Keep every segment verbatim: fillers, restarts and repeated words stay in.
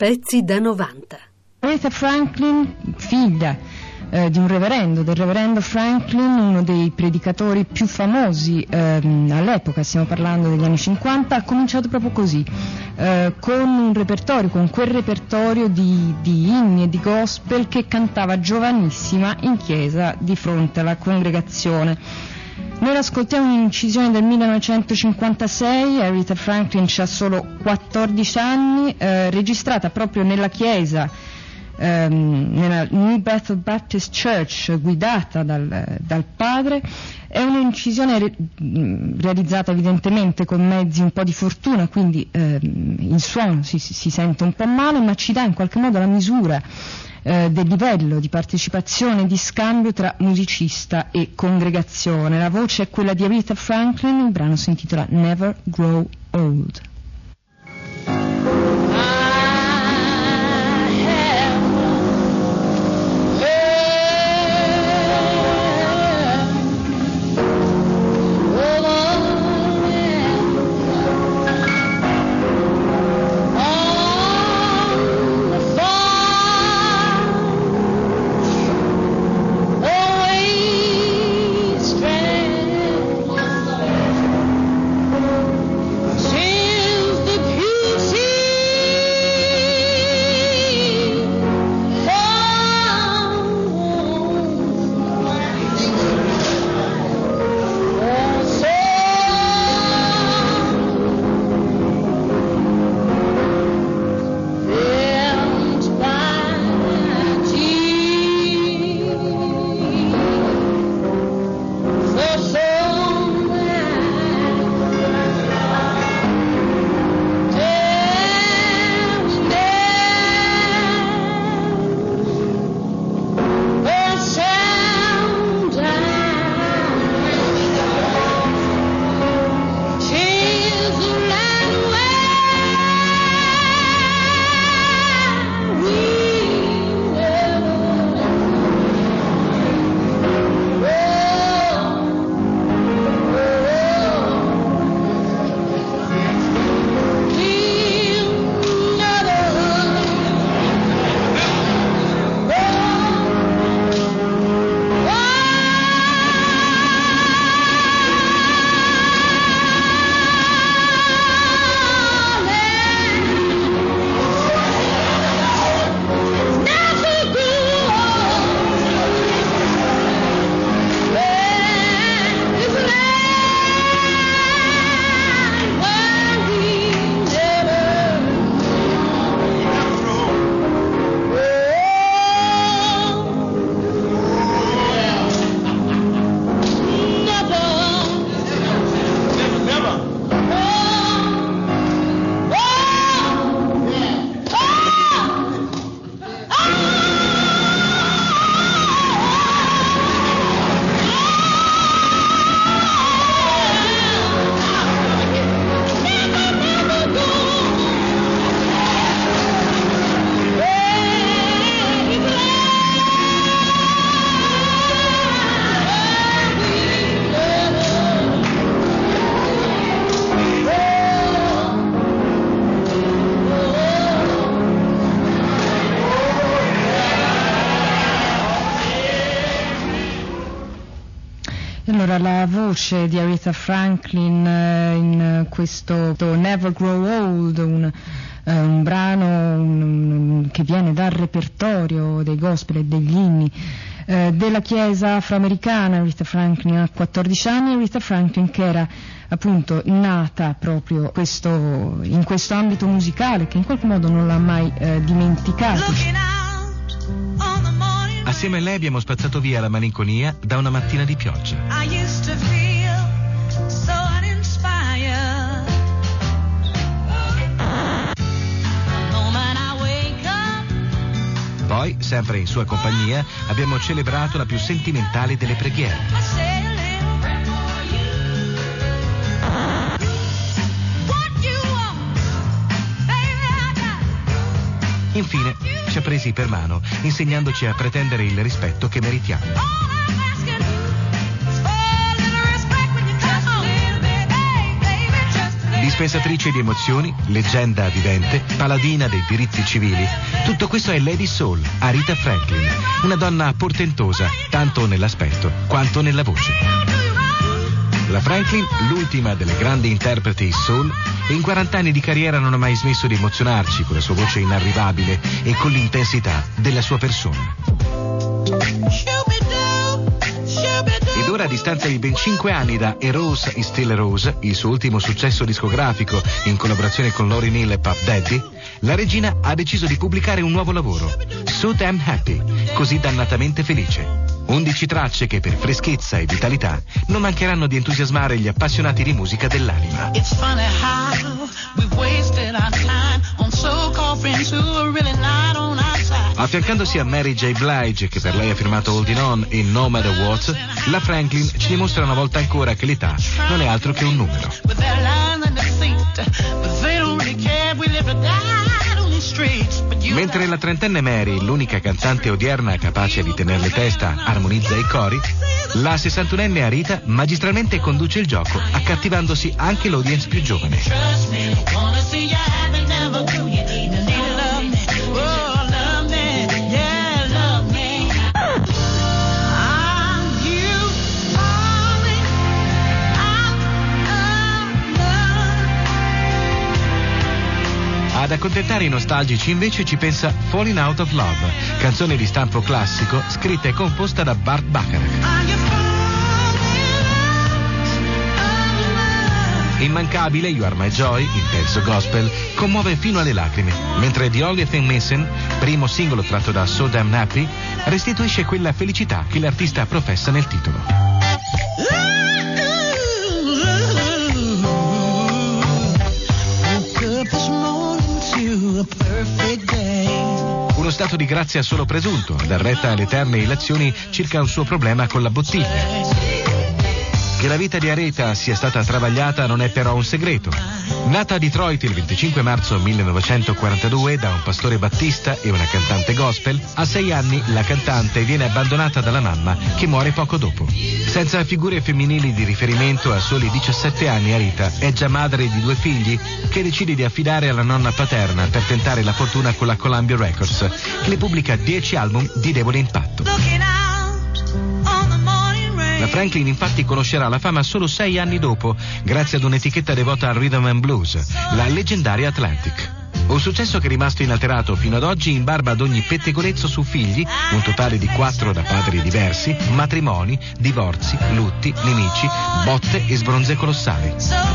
Pezzi da novanta. Aretha Franklin, figlia eh, di un reverendo, del reverendo Franklin, uno dei predicatori più famosi ehm, all'epoca, stiamo parlando degli anni cinquanta, ha cominciato proprio così, eh, con un repertorio, con quel repertorio di, di inni e di gospel che cantava giovanissima in chiesa di fronte alla congregazione. Noi ascoltiamo un'incisione del millenovecentocinquantasei, Aretha Franklin ha solo quattordici anni, eh, registrata proprio nella chiesa, ehm, nella New Bethel Baptist Church, guidata dal, dal padre. È un'incisione re- realizzata evidentemente con mezzi un po' di fortuna, quindi ehm, il suono si, si sente un po' male, ma ci dà in qualche modo la misura Eh, del livello di partecipazione e di scambio tra musicista e congregazione. La voce è quella di Aretha Franklin, il brano si intitola Never Grow Old. Allora, la voce di Aretha Franklin eh, in questo Never Grow Old, un, eh, un brano un, un, che viene dal repertorio dei gospel e degli inni eh, della chiesa afroamericana. Aretha Franklin ha quattordici anni, Aretha Franklin che era appunto nata proprio questo, in questo ambito musicale, che in qualche modo non l'ha mai eh, dimenticato. Assieme a lei abbiamo spazzato via la malinconia da una mattina di pioggia. Poi, sempre in sua compagnia, abbiamo celebrato la più sentimentale delle preghiere. Infine, ci ha presi per mano, insegnandoci a pretendere il rispetto che meritiamo. dispensatrice di emozioni, leggenda vivente, paladina dei diritti civili. Tutto questo è Lady Soul, Aretha Franklin, una donna portentosa, tanto nell'aspetto quanto nella voce. La Franklin, l'ultima delle grandi interpreti soul, in quaranta anni di carriera non ha mai smesso di emozionarci con la sua voce inarrivabile e con l'intensità della sua persona. Ed ora, a distanza di ben cinque anni da A Rose is Still a Rose, il suo ultimo successo discografico in collaborazione con Lauryn Hill e Puff Daddy, la regina ha deciso di pubblicare un nuovo lavoro, So Damn Happy, così dannatamente felice. undici tracce che per freschezza e vitalità non mancheranno di entusiasmare gli appassionati di musica dell'anima. It's funny how we've wasted our time on so-called friends who are really not on our side. Affiancandosi a Mary J. Blige, che per lei ha firmato Holding On e No Matter What, la Franklin ci dimostra una volta ancora che l'età non è altro che un numero. Mentre la trentenne Mary, l'unica cantante odierna capace di tenerle testa, armonizza i cori, la sessantunenne Aretha magistralmente conduce il gioco, accattivandosi anche l'audience più giovane. Ad accontentare i nostalgici invece ci pensa Falling Out of Love, canzone di stampo classico scritta e composta da Burt Bacharach. Immancabile You Are My Joy, il pezzo gospel, commuove fino alle lacrime, mentre The Only Thing Missing, primo singolo tratto da So Damn Happy, restituisce quella felicità che l'artista professa nel titolo. Uno stato di grazia solo presunto, dà retta alle eterne illazioni circa un suo problema con la bottiglia. Che la vita di Aretha sia stata travagliata non è però un segreto. Nata a Detroit il venticinque marzo millenovecentoquarantadue da un pastore battista e una cantante gospel, a sei anni la cantante viene abbandonata dalla mamma, che muore poco dopo. Senza figure femminili di riferimento, a soli diciassette anni Aretha è già madre di due figli, che decide di affidare alla nonna paterna per tentare la fortuna con la Columbia Records, che le pubblica dieci album di debole impatto. La Franklin infatti conoscerà la fama solo sei anni dopo, grazie ad un'etichetta devota al rhythm and blues, la leggendaria Atlantic. Un successo che è rimasto inalterato fino ad oggi in barba ad ogni pettegolezzo su figli, un totale di quattro da padri diversi, matrimoni, divorzi, lutti, nemici, botte e sbronze colossali.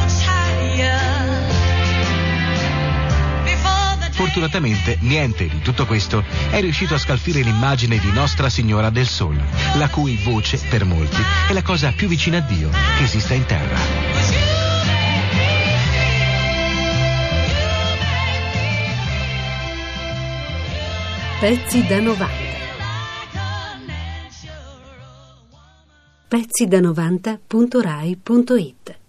Fortunatamente niente di tutto questo è riuscito a scalfire l'immagine di Nostra Signora del Sol, la cui voce, per molti, è la cosa più vicina a Dio che esista in terra. Pezzi da novanta. Pezzi da novanta punto rai punto it